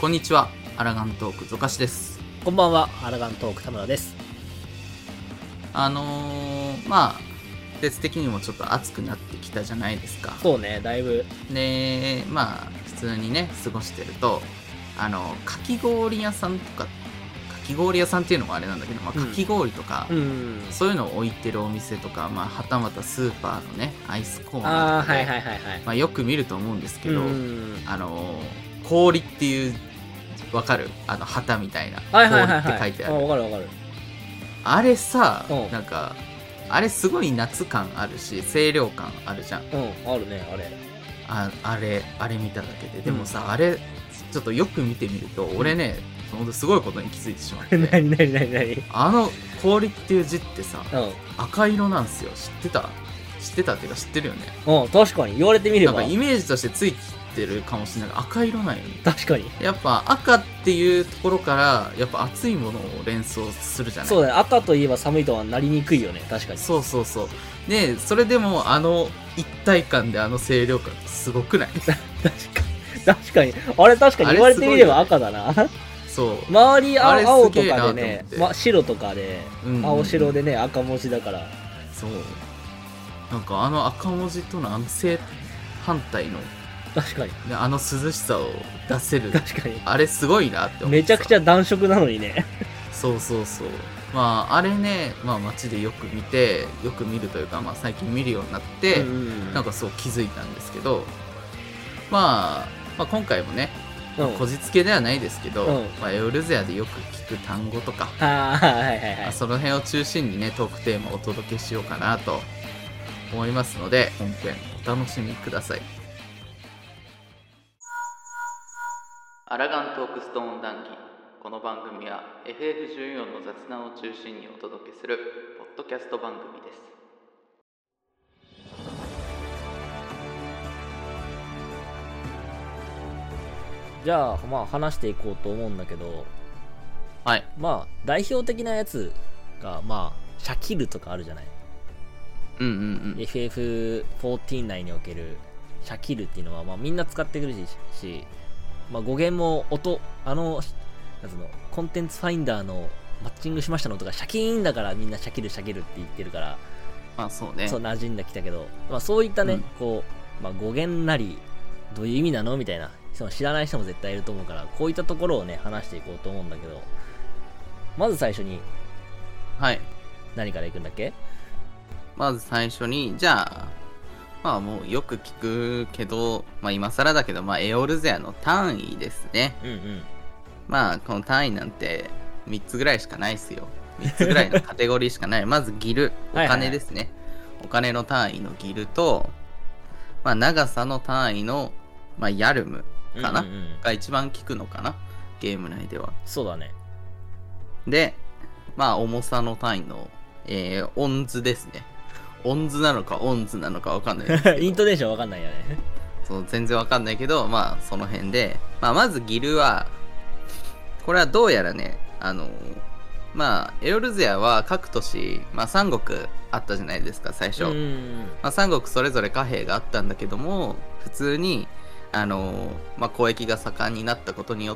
こんにちは、アラガントークゾカシです。 こんばんは、アラガントーク田村です。 季節的にもちょっと暑くなってきたじゃないですか。 そうね、だいぶ。 で、普通にね、過ごしてると、かき氷屋さんとか、かき氷屋さんっていうのもあれなんだけど、かき氷とか、そういうのを置いてるお店とか、はたまたスーパーのね、アイスコーナーとかで、よく見ると思うんですけど、氷っていう、わかる？旗みたいな。氷って書いてある。 わかるわかる。 あれさ、なんか、あれすごい夏感あるし、清涼感あるじゃん。 あるね、あれ。 あれ見ただけで。でもさ、あれ、ちょっとよく見てみると、俺ね、ほんとすごいことに気づいてしまって。 何あの氷っていう字ってさ、赤色なんすよ。知ってたっていうか知ってるよね。 確かに言われてみれば。 なんかイメージとしてついてるかもしれないが、赤色なんよね。 確かに。 やっぱ赤っていうところから、やっぱ熱いものを連想するじゃない。 そうだね。赤といえば寒いとはなりにくいよね。確かに。 そう。ね、それでも一体感で清涼感ってすごくない？ 確かに。あれ確かに言われてみれば赤だな。 そう。 周り青とかでね、白とかで、青白でね、赤文字だから。 そう。なんか赤文字との正反対の、 確かに。 涼しさを出せる。 確かに。 あれすごいなって思って。 めちゃくちゃ暖色なのにね。 そう。あれね、街でよく見るというか、最近見るようになって、なんかそう気づいたんですけど、今回もね、こじつけではないですけど、エオルゼアでよく聞く単語とか、その辺を中心にね、トークテーマをお届けしようかなと思いますので、本編お楽しみください。アラガントークストーン談義。この番組は FF14 の雑談を中心にお届けするポッドキャスト番組です。 じゃあ話していこうと思うんだけど、 はい。 代表的なやつがシャキルとかあるじゃない。FF14 内におけるシャキルっていうのはみんな使ってくるし、語源もコンテンツファインダーのマッチングしましたの音がシャキーンだからみんなシャキルって言ってるから、 そうね。 そう馴染んできたけど、そういったね、語源なりどういう意味なのみたいな、その知らない人も絶対いると思うから、こういったところをね話していこうと思うんだけど、まず最初に何からいくんだっけ？ まず最初に、じゃあもうよく聞くけど、今更だけど、エオルゼアの単位ですね。この単位なんて3つぐらいしかないですよ。3つぐらいのカテゴリーしかない。まずギル、お金ですね。お金の単位のギルと、長さの単位の、ヤルムかな、が一番効くのかな、ゲーム内では。 そうだね。 で、重さの単位の、オンズですね。オンズなのかオンズなのか分かんないですけどイントネーション分かんないよね。 そう、全然分かんないけど、その辺で、まずギルは、これはどうやらね、エオルゼアは各都市、三国あったじゃないですか、最初。三国それぞれ貨幣があったんだけども、普通に、交易が盛んになったことによって、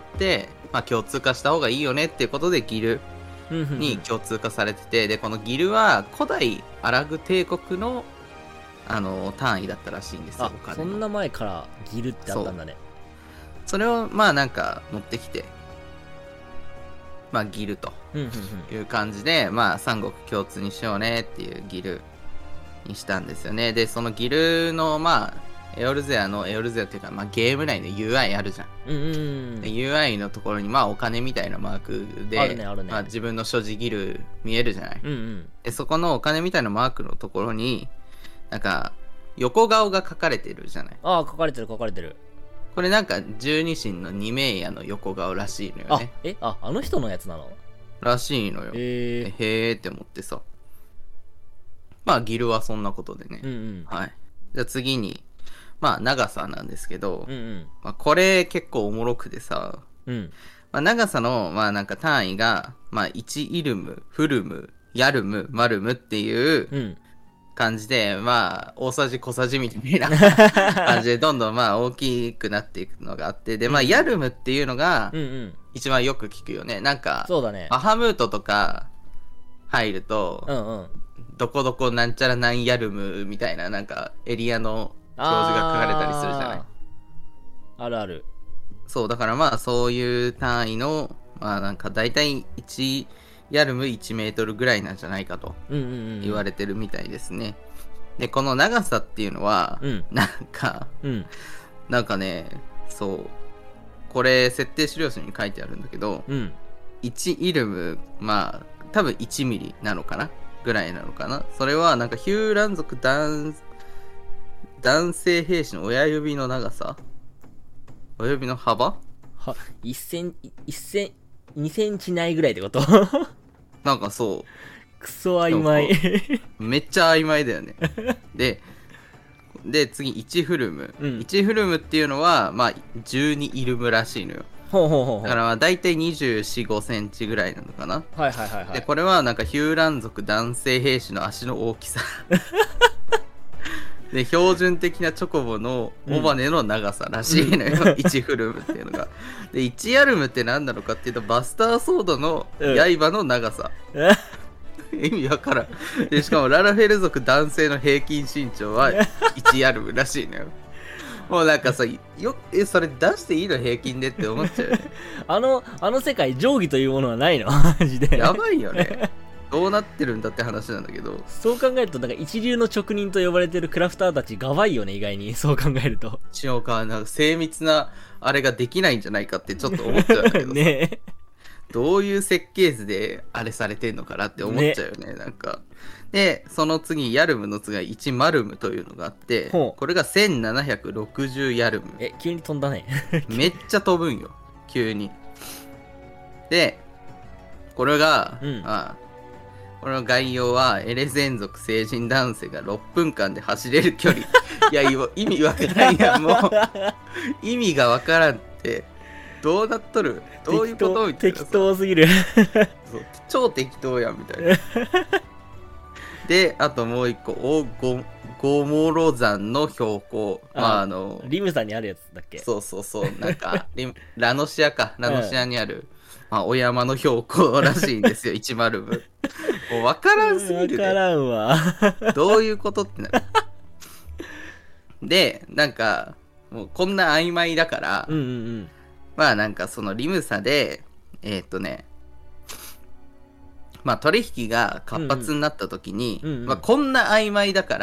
共通化した方がいいよねっていうことでギルに共通化されてて、で、このギルは古代アラグ帝国の、単位だったらしいんですよ。 そんな前からギルってあったんだね。 それをなんか持ってきて、ギルという感じで、三国共通にしようねっていうギルにしたんですよね。で、そのギルのエオルゼアっていうか、ゲーム内の UI あるじゃん。UI のところにお金みたいなマークで、 あるね。 自分の所持ギル見えるじゃない。で、そこのお金みたいなマークのところになんか横顔が書かれてるじゃない。 書かれてる。 これなんか十二神の二名屋の横顔らしいのよね。 あの人のやつなのらしいのよ。へーって思ってさ。ギルはそんなことでね。はい。じゃあ次に、長さなんですけど、これ結構おもろくてさ、長さの、なんか単位が、1イルム、フルム、ヤルム、マルムっていう、 感じで、まあ、大さじ小さじみたいな感じで、どんどんまあ大きくなっていくのがあって、で、まあ、ヤルムっていうのがうんうん。 一番よく聞くよね。なんか、 そうだね。 バハムートとか入ると、 うんうん。 どこどこなんちゃらなんヤルムみたいな、なんかエリアの表示が書かれたりするじゃない。 あるある。 そう、だからまあそういう単位の、まあなんか大体1ヤルム1メートルぐらいなんじゃないかとうんうんうん。 言われてるみたいですね。で、この長さっていうのは、 うんなんか、 うん。 なんかね、そう、これ設定資料書に書いてあるんだけど、 うん。 1イルム、まあ多分1ミリなのかなぐらいなのかな。それはなんかヒューラン族男性兵士の親指の長さ、親指の幅は、1セン、1セン、2センチないぐらいってことなんかそクソ曖昧。 う、めっちゃ曖昧だよね。で、次1フルム。 うん 1フルムっていうのは、まあ12イルムらしいのよ。 ほうほうほうほう。 だからまあ大体24、5センチぐらいなのかな。 はいはいはいはで、 い。 これはなんかヒューラン族男性兵士の足の大きさ。で、標準的なチョコボの尾羽の長さらしいのよ。1フルムっていうのが。で、1ヤルムって何なのかっていうと、バスターソードの刃の長さ。意味わからん。で、しかもララフェル族男性の平均身長は1ヤルムらしいのよ。もうなんかさ、それ出していいの平均でって思っちゃうよね。 あの世界定規というものはないのマジで。 やばいよね。どうなってるんだって話なんだけど。 そう考えると、なんか一流の職人と呼ばれてるクラフターたちがばいよね、意外に。そう考えると。 一応か、なんか精密なあれができないんじゃないかってちょっと思っちゃうんだけどさ。 ねどういう設計図であれされてんのかなって思っちゃうよね、なんか。で、その次、ヤルムの次は1マルムというのがあって、 ほうこれが1760ヤルム。 急に飛んだね。 めっちゃ飛ぶんよ、急に。で、これが、これの概要は、エレゼン族成人男性が6分間で走れる距離。いや、意味わからんやん、もう。意味がわからんって。どうなっとるどういうことみたいな。 適当すぎる。 そう超適当やん、みたいな。で、あともう一個、ゴモロ山の標高。 リムさんにあるやつだっけ。 そうそうそう、なんか、ラノシアにある、まあ、お山の標高らしいんですよ、1マルム。もう分からんすぎる、ね。 分からんわ。 どういうことってなる。で、なんか、もうこんな曖昧だから、まあなんかそのリムサで、まあ取引が活発になった時に、まあこんな曖昧だから、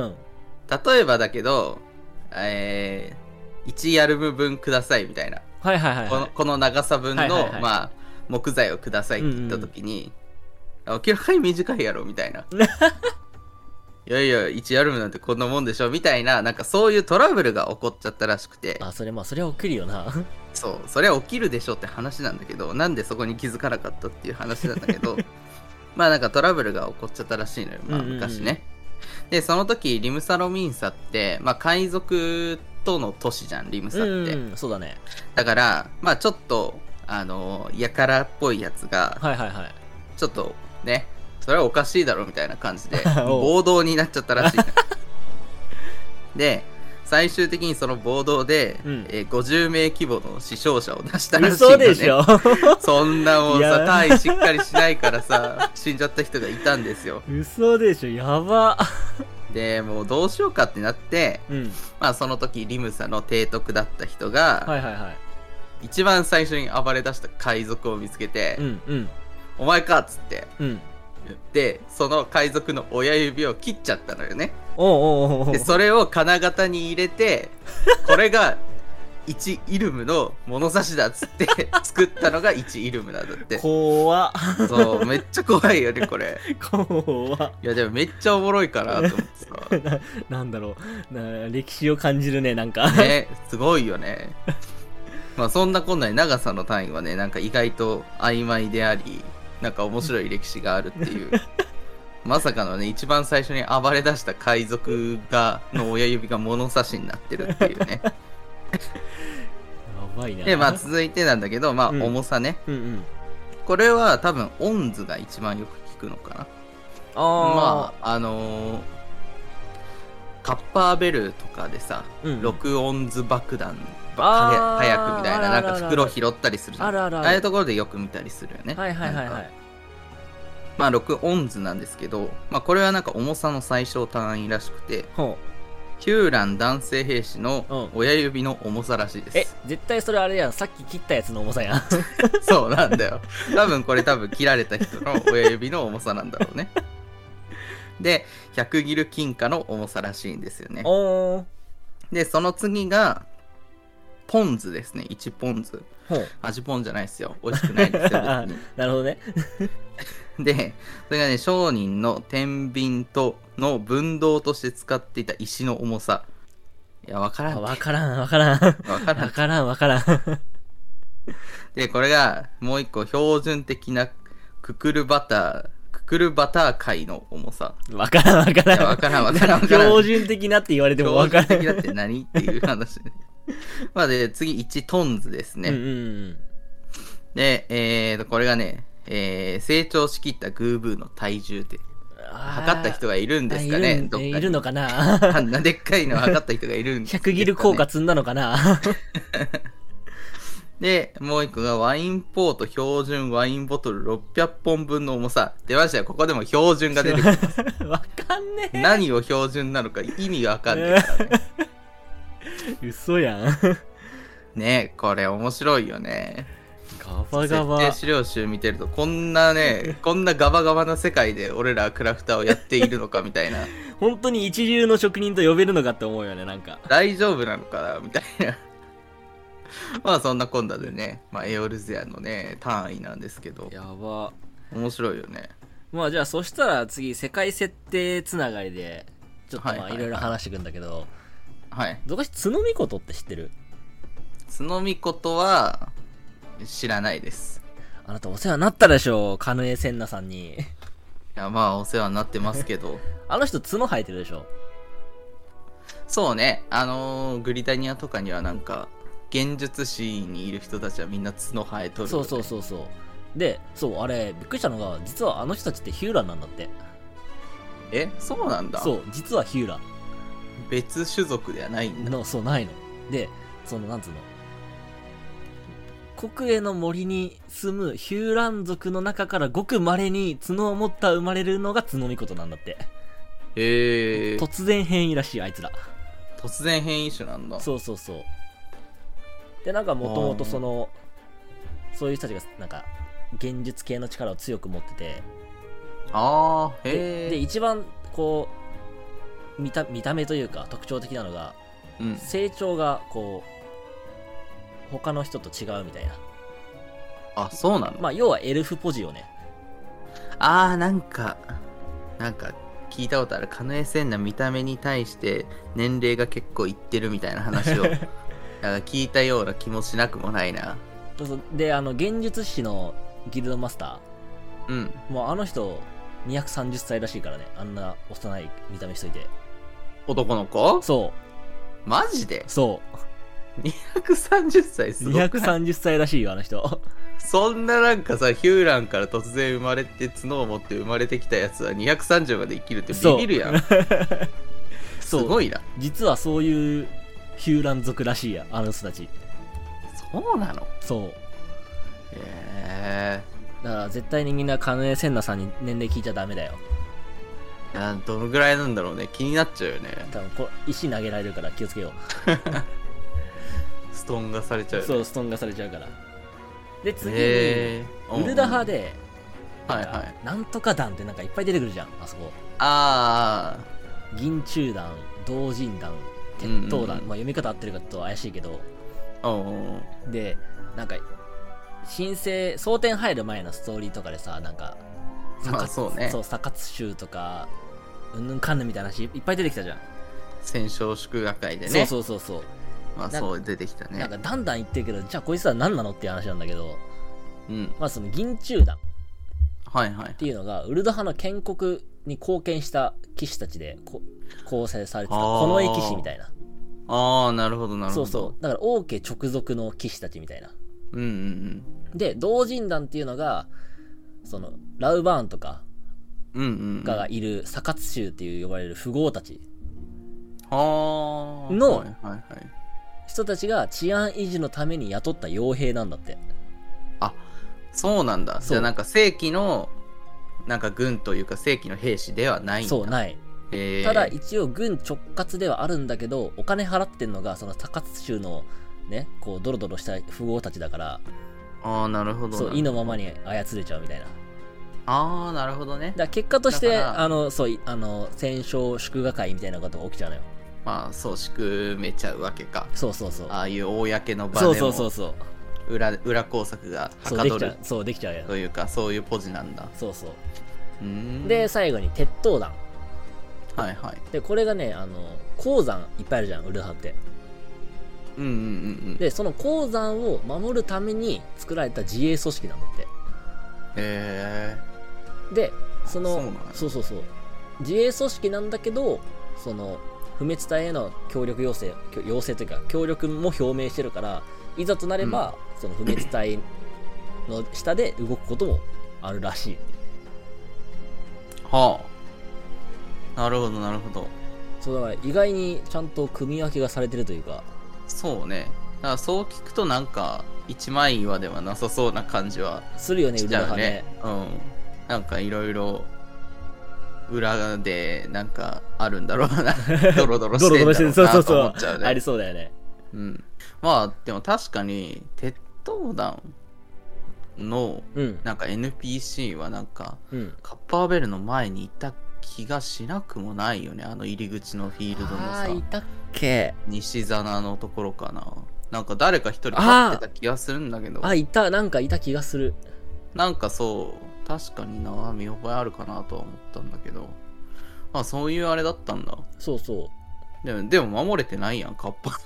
例えばだけど、1ヤルム分くださいみたいな。この長さ分の、まあ、木材をくださいって言った時に、明らかに短いやろみたいな。いやいや、1ヤルムなんてこんなもんでしょみたいな、なんかそういうトラブルが起こっちゃったらしくて。 それは起きるよな。 そう、それは起きるでしょって話なんだけど、なんでそこに気づかなかったっていう話なんだけど、まあなんかトラブルが起こっちゃったらしいのよ、まあ昔ね。で、その時、リムサロミンサって、まあ海賊との都市じゃん、リムサって。 そうだね。 だから、まあちょっと、やからっぽいやつが、ちょっとね、それはおかしいだろみたいな感じで暴動になっちゃったらしいで、最終的にその暴動で、50名規模の死傷者を出したらしいのね。 嘘でしょ。 そんなもんさ、単位しっかりしないからさ、死んじゃった人がいたんですよ。 嘘でしょ、やば。 で、もうどうしようかってなって、まあその時リムサの提督だった人が、一番最初に暴れ出した海賊を見つけて、お前かっつって、で、その海賊の親指を切っちゃったのよね。で、それを金型に入れて、これが1イルムの物差しだっつって作ったのが1イルムなんだって。 怖っ。 そう、めっちゃ怖いよね、これ。 怖っ。 いや、でもめっちゃおもろいかなと思ってさ。 なんだろう、歴史を感じるね、なんか。 ね、すごいよね。まあそんなこんなに長さの単位はね、なんか意外と曖昧であり、なんか面白い歴史があるっていう。まさかのね、一番最初に暴れ出した海賊の親指が物差しになってるっていうね。 やばいな。 で、まあ続いてなんだけど、まあ重さね。これは多分オンズが一番よく聞くのかな。まあカッパーベルとかでさ、 うん録音図爆弾あー早くみたいな、なんかあるあるある袋拾ったりするじゃん。 あるあるあるああいうところでよく見たりするよね。 はいはいはいなんかはい。 まあ録音図なんですけど、まあこれはなんか重さの最小単位らしくて、 ほヒューラン男性兵士の親指の重さらしいでう。 す。 絶対それあれやん。さっき切ったやつの重さやん。 そうなんだよ。多分切られた人の親指の重さなんだろうね。で、100ギル金貨の重さらしいんですよね。 おー。 で、その次が、ポン酢ですね。1ポン酢。 ほう。 味ポンじゃないですよ。美味しくないですよ、別に。 なるほどね。 で、それがね、商人の天秤との分銅として使っていた石の重さ。いや、わからん。 わからん、わからん。 わからん。 わからん、わからん。 で、これが、もう一個、標準的なククルバター貝の重さ。 わからん、わからん。 いやわからんわからんわからん標準的なって言われてもわからん。 標準的だって何っていう話ね。まあで、次、1トンズですね。 うんうんうん。 で、これがね、成長しきったグーブーの体重って、測った人がいるんですかね、どっかに。 いるのかな。 あんなでっかいの測った人がいるんですか、ね、 100ギル効果積んだのかな。 で、もう一個がワインポート標準ワインボトル600本分の重さ。出ましたよ。ここでも標準が出てきます。 わかんねえ。 何を標準なのか意味がわかんないからね。 嘘やん。 ねこれ面白いよね。 ガバガバ。 設定資料集見てると、こんなガバガバな世界で俺らクラフターをやっているのかみたいな。 本当に一流の職人と呼べるのかって思うよね、なんか。 大丈夫なのかなみたいな。まあそんなこんなでね、まあ、エオルゼアのね、単位なんですけど。 やば。 面白いよね。 まあじゃあそしたら次、世界設定つながりで、ちょっとまあいろいろ話していくんだけど、 はい。 どかし角みことって知ってる？ 角みことは、知らないです。 あなたお世話になったでしょ、カヌエ・センナさんに。 いや、まあお世話になってますけど。 あの人角生えてるでしょ。 そうね、グリタニアとかにはなんか、幻術師にいる人たちはみんな角生えとる、ね。 そうで、そうあれびっくりしたのが、実はあの人たちってヒューランなんだって。 え、そうなんだ。 そう実はヒューラン別種族ではないんだ。 の、そうないので、そのなんつうの、国営の森に住むヒューラン族の中からごく稀に角を持った生まれるのが角みことなんだって。 へえ。 突然変異らしい、あいつら。 突然変異種なんだ。 そうで、なんかもともとそういう人たちがなんか現実系の力を強く持ってて、 ああ、へえ。 で一番こう見た目というか特徴的なのが、 うん、 成長がこう他の人と違うみたいな。 あ、そうなの。 まあ要はエルフポジをね。 ああ、なんか聞いたことある。カヌエセンナ見た目に対して年齢が結構いってるみたいな話をなんか聞いたような気もしなくもないな。 で、幻術師のギルドマスター、うん、 もうあの人230歳らしいからね。あんな幼い見た目しといて。 男の子？ そうマジで？ そう 230歳すごくない ？230歳らしいよ、あの人。 そんななんかさ、ヒューランから突然生まれて角を持って生まれてきたやつは230まで生きるってビビるやん。すごいな。 実はそういうヒューラン族らしいや、あの人たち。 そうなの？ そう。 へえ。 だから絶対にみんなカヌエ・センナさんに年齢聞いちゃダメだよ。 いや、どのぐらいなんだろうね。気になっちゃうよね。 多分石投げられるから気をつけよう。 ストーンがされちゃうよね。 そう、ストーンがされちゃうから。で、次に、ウルダ派で、 はいはい。 なんとか団ってなんかいっぱい出てくるじゃん、あそこ。 あー。銀中団、同人団、鉄塔団。まあ読み方合ってるかと怪しいけど。で、なんか、蒼天入る前のストーリーとかでさ、なんか、 そうね。 そう、サカツ州とか、うんぬんかんぬんみたいな話いっぱい出てきたじゃん。 戦勝祝賀会でね。 そう。 まあそう出てきたね。 なんかだんだん言ってるけど、じゃあこいつは何なのっていう話なんだけど、 うん。 まあその銀中団はいはい。 っていうのが、ウルド派の建国に貢献した騎士たちで構成されてた、近衛騎士みたいな。 ああ、なるほどなるほど。 そう。だから王家直属の騎士たちみたいな。 うん。 で、同人団っていうのが、その、ラウバーンとかがいるサカツ州っていう呼ばれる富豪たち。 はあ。 のはいはいはい。 人たちが治安維持のために雇った傭兵なんだって。 あ、そうなんだ。 そうじゃあなんか正規の、なんか軍というか正規の兵士ではないんだ。 そう、ない。ただ一応軍直轄ではあるんだけど、お金払ってんのがその高津州のね、こうドロドロした富豪たちだから、 ああ、なるほど。 そう、意のままに操れちゃうみたいな。 ああ、なるほどね。 だから結果として、 だそう、戦勝祝賀会みたいなことが起きちゃうのよ。 まあ、そう、宿めちゃうわけか。 そうそうそう。 ああいう公の場そうでもそうそうそう。 裏工作がはそうかどるそうできちゃうやん。 というか、そういうポジなんだ。 そうそう。 で、 で、最後に鉄塔弾。 はいはい。 で、これがね、鉱山いっぱいあるじゃん、ウルハって。 うんうんうんうん。 で、その鉱山を守るために作られた自衛組織なんだって。 へえ。 で、そうなんやそうそう。自衛組織なんだけど、その、不滅隊への協力要請というか、協力も表明してるから、いざとなれば、その不滅隊の下で動くこともあるらしい。 はあ。なるほどなるほど。 そうだから意外にちゃんと組み分けがされてるというか。 そうね。だからそう聞くとなんか一枚岩ではなさそうな感じはするよね、 しウルハちゃうねね。 うん。なんかいろいろ裏でなんかあるんだろうな。ドロドロしてんだろうなそうそうと思そう。 っちゃうね。 ありそうだよね。 うん。まあでも確かに鉄塔弾のうん。 なんか NPC はなんかうん。 カッパーベルの前にいた気がしなくもないよね。あの入り口のフィールドのさあー、いたっけ。 西棚のところかな。なんか誰か一人立ってた気がするんだけど。 あ、なんかいた気がする。 なんかそう確かにな見覚えあるかなとは思ったんだけど。あ、そういうあれだったんだ。 そうそう。 でも守れてないやんカッパ。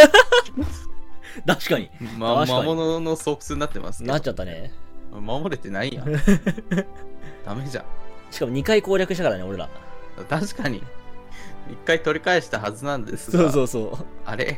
確かに。 魔確かに物の巣窟になってますけどなっちゃったね。 守れてないやん。ダメじゃん。 しかも2回攻略したからね、俺ら。 確かに。一回取り返したはずなんですが。 そうそうそう。 あれ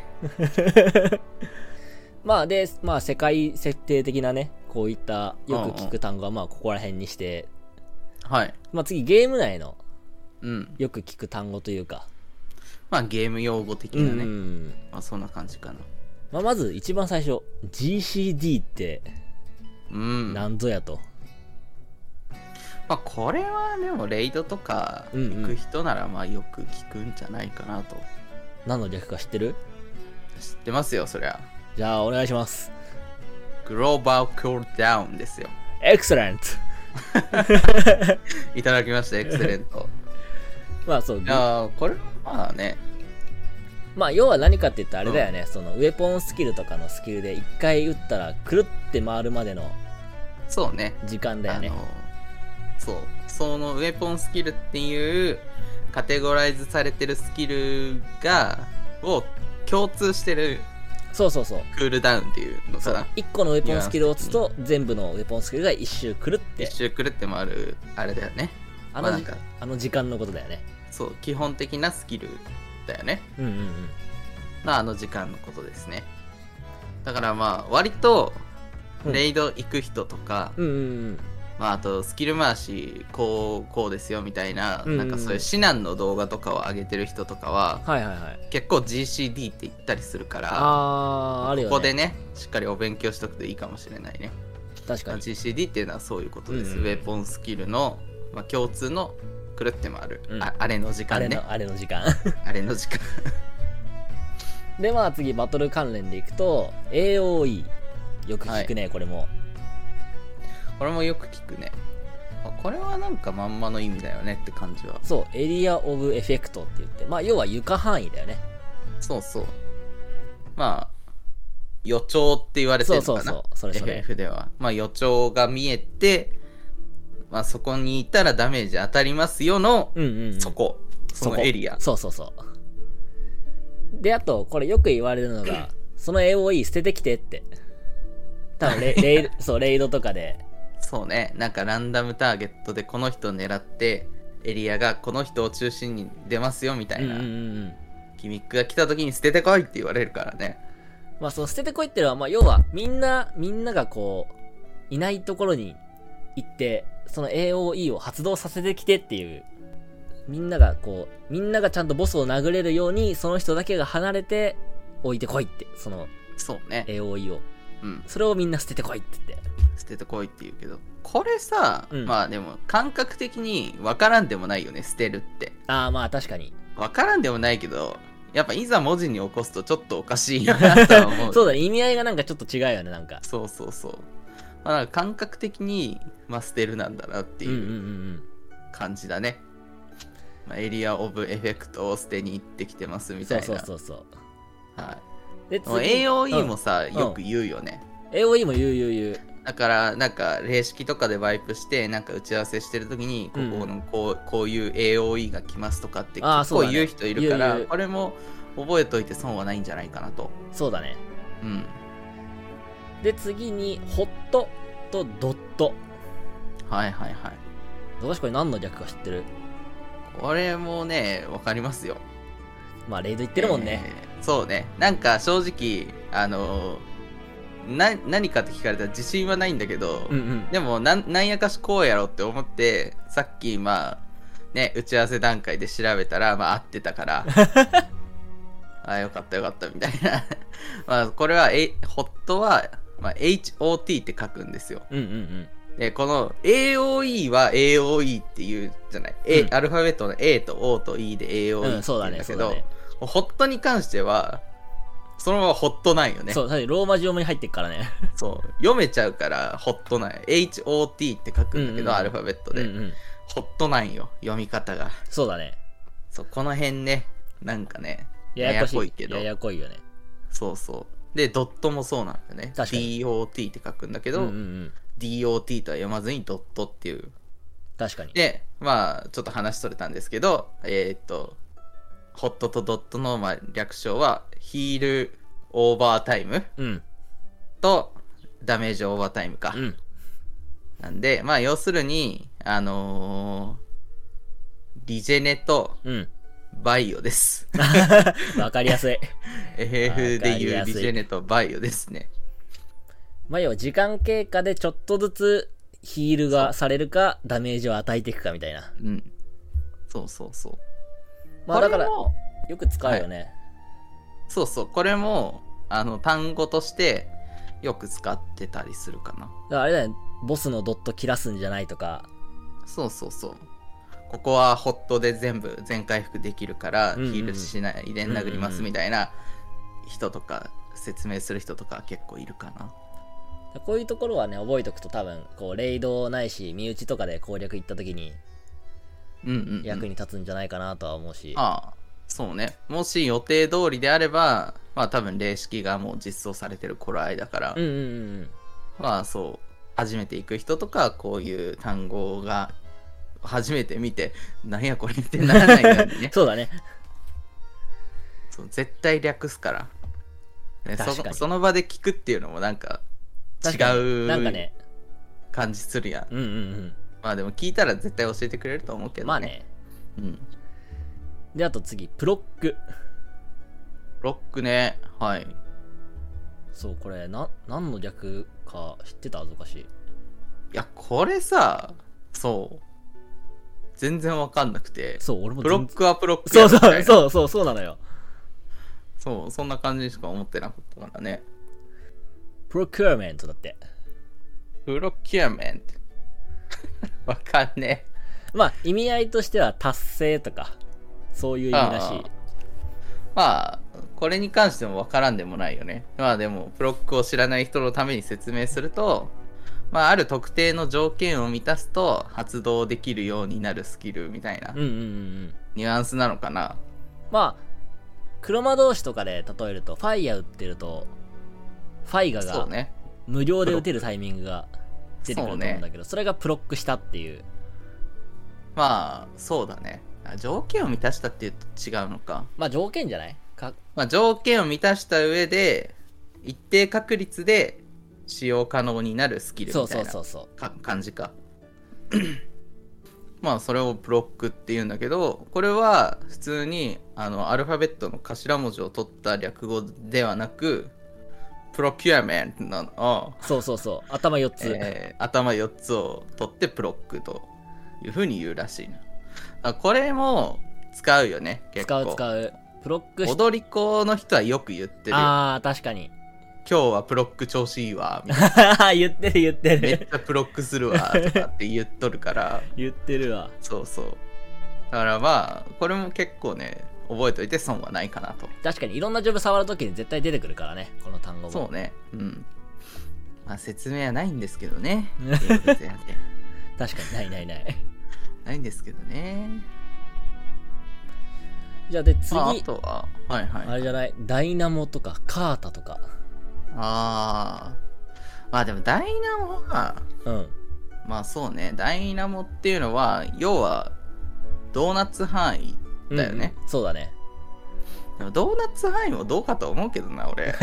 まあで、まあ世界設定的なね、こういったよく聞く単語はまあここら辺にして、 はい。 まあ次ゲーム内のうん。 よく聞く単語というか、 まあゲーム用語的うなね。 ん。 まあそんな感じかな。 まあまず一番最初、GCD ってうん。 何ぞやと。 まあこれはでもレイドとか行く人ならまあよく聞くんじゃないかなと。 何の略か知ってる？ 知ってますよ、そりゃ。 じゃあお願いします。 グローバルクールダウンですよ。 エクセレント。 いただきました、エクセレント。 まあそう。 いやーこれはまあね。 まあ要は何かって言ったらあれだよね、そのウェポンスキルとかのスキルで一回撃ったらくるって回るまでのそうね。 時間だよね。 そう。そのウェポンスキルっていうカテゴライズされてるスキルを共通してるそうそうそう。 クールダウンっていうのそうかな。 1個のウェポンスキルを打つと全部のウェポンスキルが一周くるって一周くるって回るあれだよね。 あの,、 まあなんかあの時間のことだよね。 そう基本的なスキルだよね。 うんうんうん。 まああの時間のことですね。だからまあ割とレイド行く人とか、 うんうんうん。 まああとスキル回しこうですよみたいな、 うんうんなんかそういう指南の動画とかを上げてる人とかははいはいはい。 結構 GCD って言ったりするから、 あるよね。 ここでねしっかりお勉強しとくといいかもしれないね。 確かに。 GCD っていうのはそういうことです、 うんうんウェポンスキルの、まあ、共通のくるって回る、 うんあれの時間ね。 あれの時間。 あれの時間。 でまあ次バトル関連でいくと AOE よく聞くね、これも。 これもよく聞くね。これはなんかまんまの意味だよねって感じは。 そうエリアオブエフェクトって言って、まあ要は床範囲だよね。 そうそう。まあ予兆って言われてるのかな。 それ FF では。まあ予兆が見えて、まあそこにいたらダメージ当たりますよの、 うんうん、うん、 そのエリア。 そうそうそう。であとこれよく言われるのがその AOE 捨ててきてって。多分レイドとかで。 そうね。なんかランダムターゲットでこの人を狙ってエリアがこの人を中心に出ますよみたいな、ギミックが来た時に捨ててこいって言われるからね。 まあその捨ててこいっていうのは、まあ要はみんながこういないところに行ってその AOE を発動させてきてっていうみんながちゃんとボスを殴れるように、その人だけが離れて置いてこいって、そのそうね。 AOE を。 うん。 それをみんな捨ててこいって言って。 捨ててこいって言うけど、これさ、 うんまあでも感覚的に分からんでもないよね、捨てるって。 ああ、まあ確かに。 分からんでもないけど、やっぱいざ文字に起こすとちょっとおかしいよなとは思う。 そうだね、意味合いがなんかちょっと違うよね、なんか。 そうそうそう。まあ、なんか感覚的に、まあ、捨てるなんだなっていう感じだね。まあ、エリアオブエフェクトを捨てに行ってきてますみたいな。 そうそうそうそう。 はい。 で、 AOE もさ、よく言うよね。 AOE も言う。 だからなんか霊式とかでワイプしてなんか打ち合わせしてる時にここのこういう AOE が来ますとかって結構言う人いるから、これも覚えといて損はないんじゃないかなと。 そうだね。 うん。 で次にホットとドット。 はいはいはい。 私これ何の略か知ってる？ これもねわかりますよ。 まあレイド言ってるもんね。 そうね。なんか正直何かって聞かれたら自信はないんだけど、でもなんやかしこうやろって思ってさっきまあね打ち合わせ段階で調べたらまあ合ってたからあよかったみたいなまあこれは、ホットは、まあ、HOT って書くんですよ。でこの AOE は AOE っていうじゃない、アルファベットの A と O と E で AOE って言うんだけど、ホットに関してはそのままホットなんよね。 そう、ローマ字読みに入ってっからね。 そう、読めちゃうからホットなんよ。HOT って書くんだけど、アルファベットで。ホットなんよ、読み方が。 そうだね。 そう、この辺ね、なんかね、 ややこいけど。ややこいよね。 そうそう。で、ドットもそうなんだよね。DOT って書くんだけど、DOT とは読まずにドットっていう。 確かに。 で、まあ、ちょっと話それたんですけど、ホットとドットの、まあ、略称はヒールオーバータイム、とダメージオーバータイムか、なんでまあ要するにリジェネとバイオです、 わかりやすい。 FF でいうリジェネとバイオですね。 まあ要は時間経過でちょっとずつヒールがされるかダメージを与えていくかみたいな。 そうそうそう。 まあだからよく使うよね、 そうそう、これも単語としてよく使ってたりするかな。 だからあれだよね、ボスのドット切らすんじゃないとか。 そうそうそう、ここはホットで全部全回復できるからヒールしないで殴りますみたいな人とか説明する人とか結構いるかな。 こういうところはね覚えとくと多分こうレイドないし身内とかで攻略行った時に役に立つんじゃないかなとは思うし、 ああそうね、もし予定通りであればまあ多分霊式がもう実装されてる頃合いだから、まあそう初めて行く人とかこういう単語が初めて見てなんやこれってならないようにねそうだね、 そう絶対略すから、ね、その場で聞くっていうのもなんか違うなんかね感じするやん。まあでも聞いたら絶対教えてくれると思うけどね。 まあね。であと次プロック。 プロックね、はい。 そうこれ何の略か知ってた？ぞかし。いやこれさ、そう全然わかんなくて。 そう俺もプロックはプロックやみたいな。 そうなのよ。 そうそんな感じしか思ってなかったからね。 プロキュアメントだって。 プロキュアメントわかんねえ。まあ意味合いとしては達成とかそういう意味らしい。 まあこれに関してもわからんでもないよね。まあでもプロックを知らない人のために説明すると、まあある特定の条件を満たすと発動できるようになるスキルみたいなニュアンスなのかな。 まあ黒魔同士とかで例えるとファイヤー打ってるとファイガが無料で打てるタイミングが出てくると思うんだけど、それがプロックしたっていう。 まあそうだね。条件を満たしたっていうと違うのか。 まあ条件じゃないか。 まあ条件を満たした上で一定確率で使用可能になるスキルみたいな感じか。まあそれをプロックっていうんだけど、これは普通にアルファベットの頭文字を取った略語ではなくプロキュアメントなの。 そう頭4つ、 頭4つを取ってプロックという風に言うらしいな。 これも使うよね、結構。 使う。プロック踊り子の人はよく言ってるよ。 ああ、確かに。 今日はプロック調子いいわ、みたいな。 言ってる。 めっちゃプロックするわ、とかって言っとるから。 言ってるわ。 そうそう。だからまあ、これも結構ね、覚えといて損はないかなと。 確かにいろんなジョブ触るときに絶対出てくるからね、この単語も。 そうね。うん。まあ説明はないんですけどね。 確かにない。 ないんですけどね。 じゃあで次、 あとは、はいはい。 あれじゃない、ダイナモとかカータとか。 ああ。まあでもダイナモは、 うん。 まあそうね。ダイナモっていうのは、要は、ドーナツ範囲だよね。 うん、そうだね。 でもドーナツ範囲もどうかと思うけどな、俺。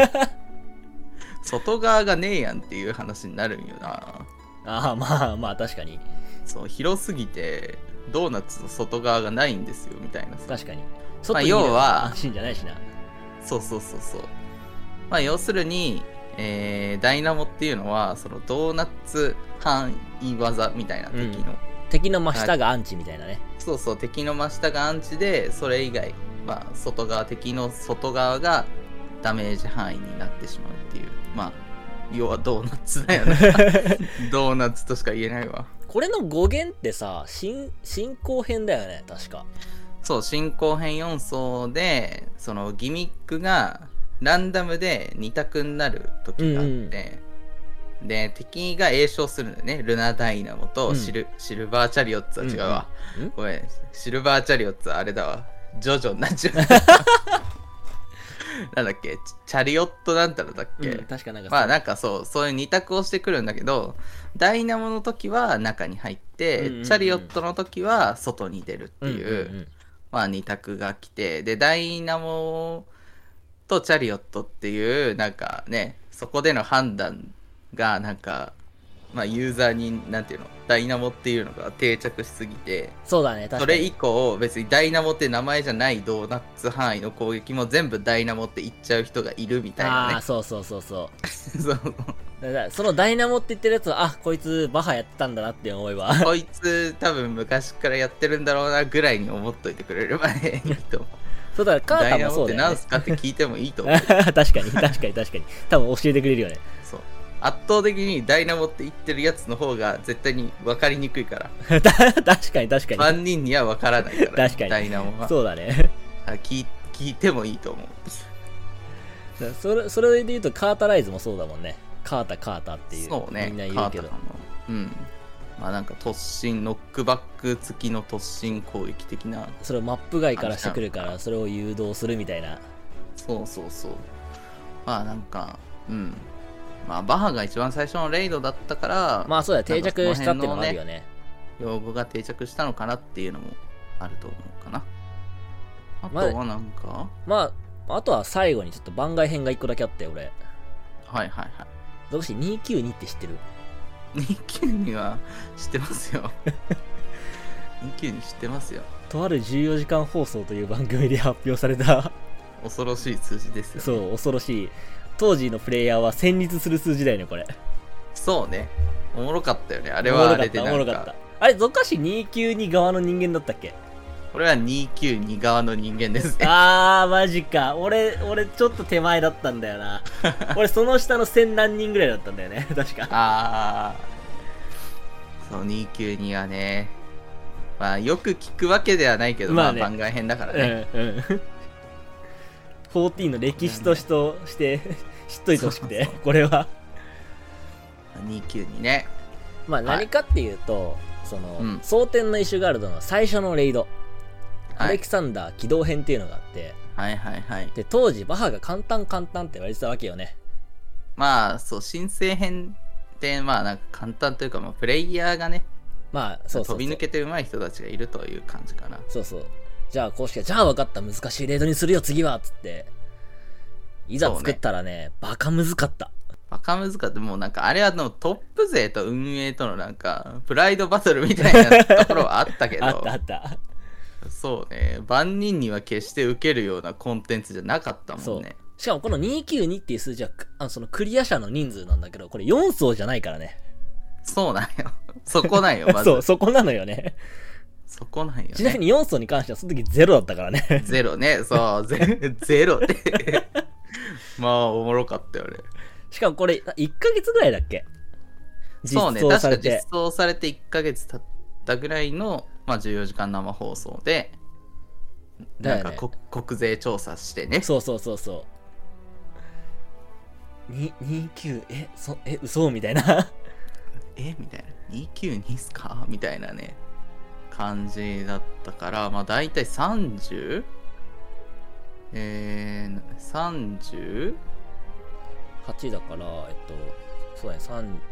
外側がねえやんっていう話になるんよな。 ああ、まあ確かに。 そう、広すぎて、ドーナツの外側がないんですよ、みたいなさ。 確かに。 まあ要は安心じゃないしな。 そう。まあ要するに、ダイナモっていうのは、そのドーナツ範囲技みたいな敵の。 敵の真下がアンチみたいなね。 そう、敵の真下がアンチで、それ以外、まあ敵の外側がダメージ範囲になってしまうっていう。まあ、要はドーナツだよね。ドーナツとしか言えないわ。 これの語源ってさ、進行編だよね、確か。 そう、進行編4層で、そのギミックがランダムで2択になる時があって、で、敵が詠唱するんだよね。ルナダイナモとシルバーチャリオッツは違うわ。ごめん、シルバーチャリオッツはあれだわ。ジョジョになっちゃう。なんだっけ、チャリオットなんたらだっけ、 確かなんかまあなんかそういう2択をしてくるんだけど、ダイナモの時は中に入って、チャリオットの時は外に出るっていう、まあ2択が来て、で、ダイナモとチャリオットっていう、なんかね、そこでの判断がなんか、まあユーザーに、なんていうの、ダイナモっていうのが定着しすぎて、 そうだね、確かに。 それ以降、別にダイナモって名前じゃないドーナツ範囲の攻撃も全部ダイナモって言っちゃう人がいるみたいなね。 ああ、そう。 そうだからそのダイナモって言ってるやつは、あ、こいつバハやってたんだなって思えば。 こいつ多分昔からやってるんだろうなぐらいに思っといてくれればね、いいと思う。 そうだからカータもそうだよね。 ダイナモって何すかって聞いてもいいと思う。 確かに。多分教えてくれるよね。 そう。圧倒的にダイナモって言ってるやつの方が絶対に分かりにくいから。 確かに。 万人には分からないから、 確かに。 ダイナモは。 そうだね。 聞いてもいいと思う。それで言うとカータライズもそうだもんね。カータっていう。 そうね。 みんな言うけど。 まあなんか突進、ノックバック付きの突進攻撃的な。 それをマップ外からしてくるから、それを誘導するみたいな。 そう。まあなんか、まあバハが一番最初のレイドだったから、 まあそうだ、定着したっていうのもあるよね。 用語が定着したのかなっていうのもあると思うかな。あとはなんか、 まあ、あとは最後にちょっと番外編が一個だけあって、俺。 はい。 どうして292って知ってる ？292は知ってますよ。292知ってますよ。 とある14時間放送という番組で発表された恐ろしい数字ですよね。 そう、恐ろしい。当時のプレイヤーは戦慄する数字だよね、これ。 そうね。おもろかったよね。あれはあれでなんか。 おもろかった。あれ、ゾカシ292側の人間だったっけ？ これは292側の人間ですね。 あー、マジか。俺ちょっと手前だったんだよな。俺その下の1000何人ぐらいだったんだよね、確か。 そう、292はね、まあよく聞くわけではないけど、まあ番外編だからね。 14の歴史として知っといてほしくて、これは。 292ね。 まあ何かっていうと、その、蒼天のイシュガルドの最初のレイド、アレキサンダー起動編っていうのがあって、で、当時バハが簡単って言われてたわけよね。 まあ、そう、新生編って、まあなんか簡単というか、まあプレイヤーがね、 まあ、そう飛び抜けて上手い人たちがいるという感じかな。 そう。じゃあ公式が、じゃあ分かった、難しいレイドにするよ、次はっつって、いざ作ったらね、バカ難かった。もうなんかあれはトップ勢と運営とのなんかプライドバトルみたいなところはあったけどあったそうね、万人には決して受けるようなコンテンツじゃなかったもんね。 しかもこの292っていう数字はそのクリア者の人数なんだけど、これ4層じゃないからね。 そうなんよ。そこなんよ、まず。 そこなのよね。 そこなんよね。 ちなみに4層に関してはその時0だったからね。 ゼロね、そうゼロってまあおもろかったよね。 しかもこれ1ヶ月ぐらいだっけ？ そうね、 実装確かされて実装されて1ヶ月経ったぐらいの、まあ、14時間生放送で、 だよねなんか国税調査してね。 そうそうそうそう。29嘘みたいな。 みたいな。292っすかみたいなね、感じだったから、まあ大体30？ 30？ 8だからそうだね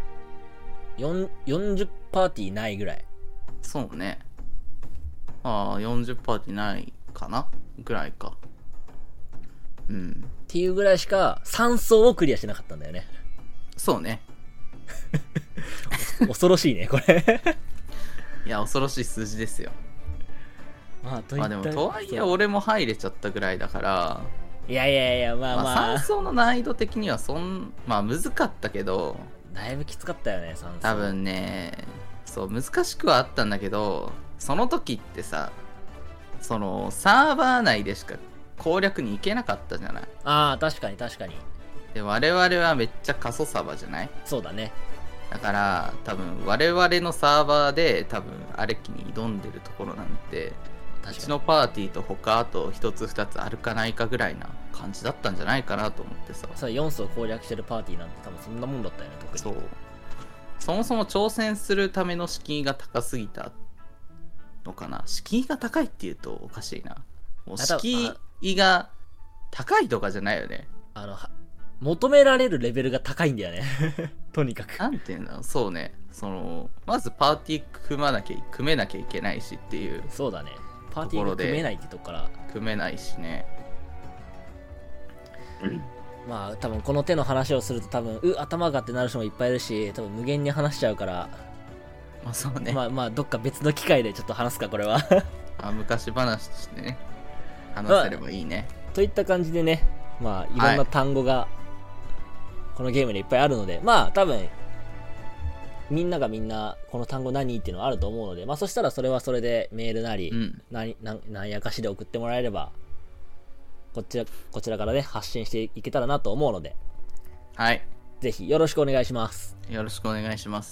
40パーティーないぐらい。 そうね。ああ、40パーティーないかなぐらいか。うん。 っていうぐらいしか3層をクリアしてなかったんだよね。 そうね。 恐ろしいねこれ。 いや、恐ろしい数字ですよ。 まあでも、とはいえ俺も入れちゃったぐらいだから、 いやまあ 3層の難易度的にはまあ難かったけど、 だいぶきつかったよね3層。 多分ね、そう難しくはあったんだけど、その時ってさ、そのサーバー内でしか攻略に行けなかったじゃない。 ああ確かに。 で我々はめっちゃ過疎サバじゃない。 そうだね。 だから多分我々のサーバーで多分アレキに挑んでるところなんて、う確かにちのパーティーと他あと1つ2つあるかないかぐらいな感じだったんじゃないかなと思ってさ。 それ4層攻略してるパーティーなんて多分そんなもんだったよね特に。 そう、そもそも挑戦するための敷居が高すぎたのかな。敷居が高いっていうとおかしいな。もう敷居が高いとかじゃないよね。 求められるレベルが高いんだよね。とにかく。 なんていうんだろう、そうね。まずパーティー組めなきゃいけないしっていう。 そうだね。パーティーが組めないってとこから。 組めないしね。 まあ多分この手の話をすると多分頭がってなる人もいっぱいいるし、多分無限に話しちゃうから、 まあそうね。 まあどっか別の機会でちょっと話すかこれは。 昔話としてね、話せればいいね。 といった感じでね、まあいろんな単語がこのゲームでいっぱいあるので、まあ多分みんなこの単語何っていうのはあると思うので、まあそしたらそれはそれでメールなり、なんやかしで送ってもらえればこちらからね発信していけたらなと思うので、 はい、 ぜひよろしくお願いします。 よろしくお願いします。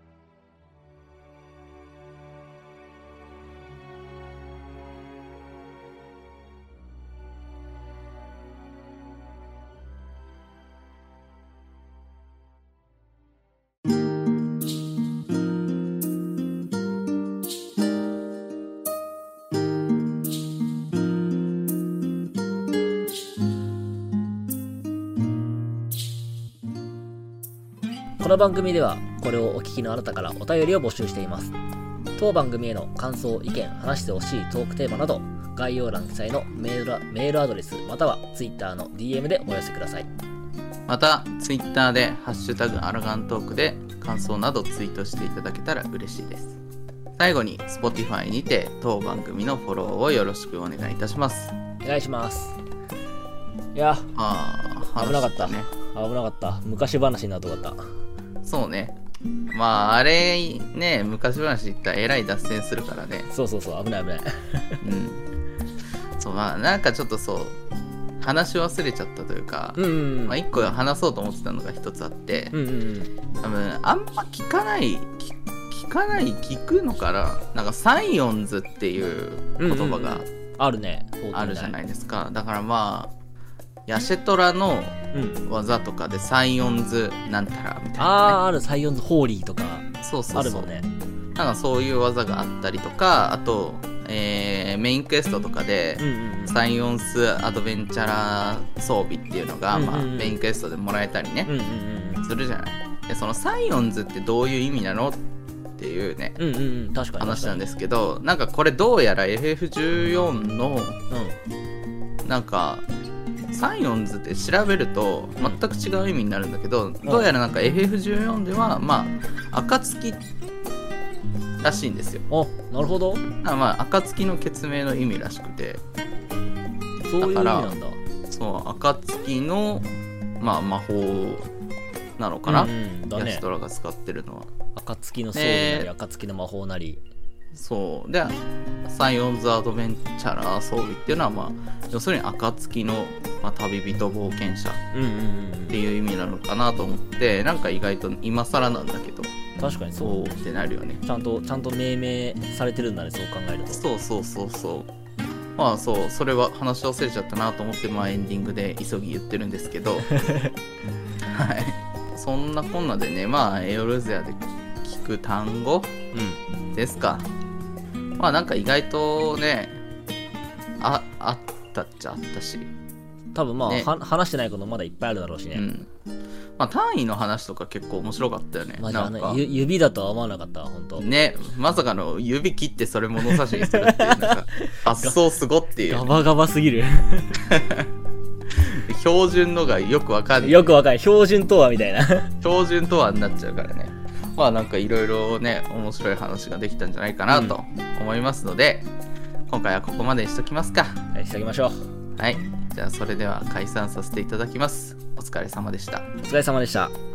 この番組ではこれをお聞きのあなたからお便りを募集しています。当番組への感想、意見、話してほしいトークテーマなど概要欄記載のメールアドレスまたは Twitter の DM でお寄せください。 また Twitter でハッシュタグアラガントークで感想などツイートしていただけたら嬉しいです。最後に Spotify にて当番組のフォローをよろしくお願いいたします。 お願いします。いや危なかったね。危なかった。昔話になるとこだった。 そうね。まああれね、昔話言ったらえらい脱線するからね。 そう危ない。 そう、まあなんかちょっとそう話し忘れちゃったというか、まあ一個話そうと思ってたのが一つあって、多分あんま聞くのかな。なんかサイオンズっていう言葉があるね。 あるじゃないですか。だからまあヤシェトラの技とかでサイオンズなんたらみたいな、ね、 あるサイオンズホーリーとかそうあるもんね。 なんかそういう技があったりとか、あと、メインクエストとかで、サイオンスアドベンチャラー装備っていうのが、まあ、メインクエストでもらえたりね、するじゃない。でそのサイオンズってどういう意味なのっていうね、 確かに話なんですけど、なんかこれどうやら FF14 の、なんかサイオンズって調べると全く違う意味になるんだけど、どうやらなんか FF14 ではまあ暁らしいんですよ。 なるほど。 まあ暁の決命の意味らしくて、 そういう意味なんだ。 そう暁のまあ魔法なのかな、ヤシトラが使ってるのは。 暁の装備なり暁の魔法なり。 そうでサイオンズアドベンチャラー装備っていうのはまあ要するに暁の、まあ、旅人冒険者っていう意味なのかなと思って、なんか意外と今更なんだけど確かにそうってなるよね。 ちゃんと命名されてるんだね、そう考えると。 そうまあそうそれは話し忘れちゃったなと思って、まあエンディングで急ぎ言ってるんですけどはいそんなこんなでね、まあエオルゼアで聞く単語ですか、まあなんか意外とねあったっちゃあったし、 多分まあ、 ね、 話してないことまだいっぱいあるだろうしね。 まあ単位の話とか結構面白かったよね。 なんか指だとは思わなかった本当ね、まさかの指切ってそれ物差しにするっていうなんか発想すごっていう、 ガバガバすぎる標準のがよくわかんない、 よくわかんない、標準とはみたいな標準とはになっちゃうからね。まあなんかいろいろね面白い話ができたんじゃないかなと思いますので、今回はここまでにしときますか。 はい、しときましょう。 はい、じゃあそれでは解散させていただきます。お疲れ様でした。 お疲れ様でした。